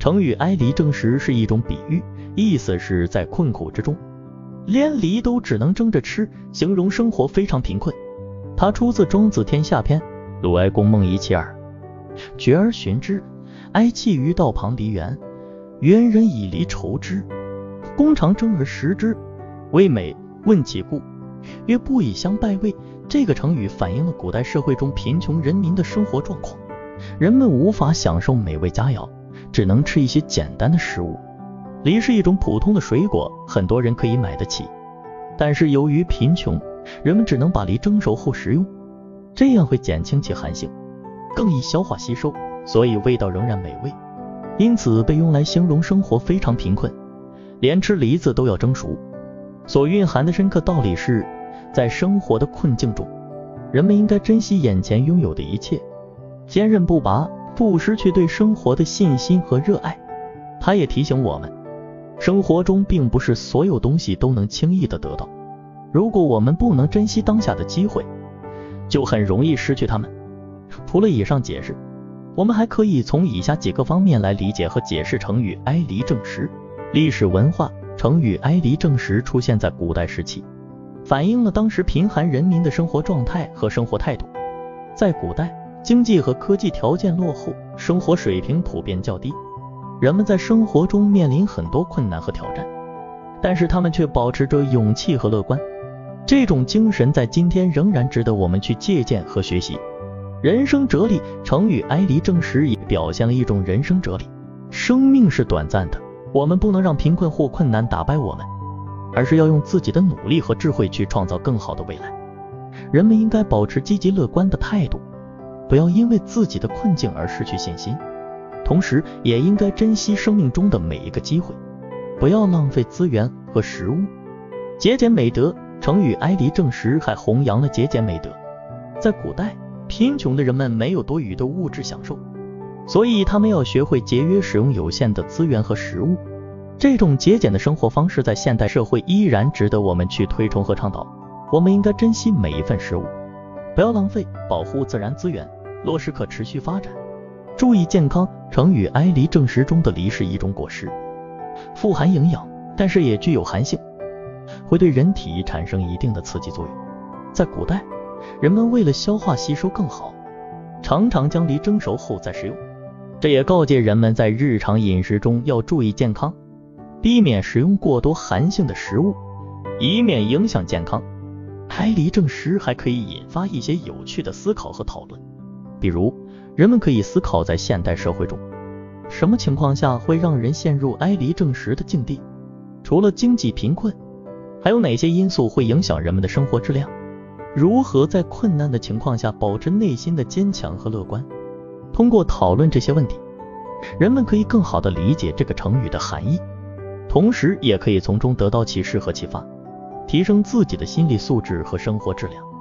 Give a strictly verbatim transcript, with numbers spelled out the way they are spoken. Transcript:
成语哀离正食是一种比喻，意思是在困苦之中，连梨都只能争着吃，形容生活非常贫困。它出自庄子天下篇，鲁哀公梦遗其耳，决而寻之，哀泣于道旁梨园，园人以梨酬之，公尝争而食之，味美，问其故，曰不以相拜味。这个成语反映了古代社会中贫穷人民的生活状况，人们无法享受美味佳肴，只能吃一些简单的食物。梨是一种普通的水果，很多人可以买得起，但是由于贫穷，人们只能把梨蒸熟后食用，这样会减轻其寒性，更易消化吸收，所以味道仍然美味，因此被用来形容生活非常贫困，连吃梨子都要蒸熟。所蕴含的深刻道理是，在生活的困境中，人们应该珍惜眼前拥有的一切，坚韧不拔，不失去对生活的信心和热爱。它也提醒我们，生活中并不是所有东西都能轻易的得到，如果我们不能珍惜当下的机会，就很容易失去它们。除了以上解释，我们还可以从以下几个方面来理解和解释成语哀离正食。历史文化，成语哀离正食出现在古代时期，反映了当时贫寒人民的生活状态和生活态度。在古代，经济和科技条件落后，生活水平普遍较低，人们在生活中面临很多困难和挑战，但是他们却保持着勇气和乐观。这种精神在今天仍然值得我们去借鉴和学习。人生哲理，成语哀离正食也表现了一种人生哲理。生命是短暂的，我们不能让贫困或困难打败我们，而是要用自己的努力和智慧去创造更好的未来。人们应该保持积极乐观的态度，不要因为自己的困境而失去信心，同时也应该珍惜生命中的每一个机会，不要浪费资源和食物。节俭美德，成语哀离正食还弘扬了节俭美德。在古代，贫穷的人们没有多余的物质享受，所以他们要学会节约使用有限的资源和食物。这种节俭的生活方式在现代社会依然值得我们去推崇和倡导。我们应该珍惜每一份食物，不要浪费，保护自然资源，落实可持续发展。注意健康，成语哀离正食中的梨是一种果实，富含营养，但是也具有寒性，会对人体产生一定的刺激作用。在古代，人们为了消化吸收更好，常常将梨蒸熟后再食用，这也告诫人们在日常饮食中要注意健康，避免食用过多寒性的食物，以免影响健康。哀离正食还可以引发一些有趣的思考和讨论，比如人们可以思考，在现代社会中，什么情况下会让人陷入哀离正食的境地？除了经济贫困，还有哪些因素会影响人们的生活质量？如何在困难的情况下保持内心的坚强和乐观？通过讨论这些问题，人们可以更好地理解这个成语的含义，同时也可以从中得到启示和启发，提升自己的心理素质和生活质量。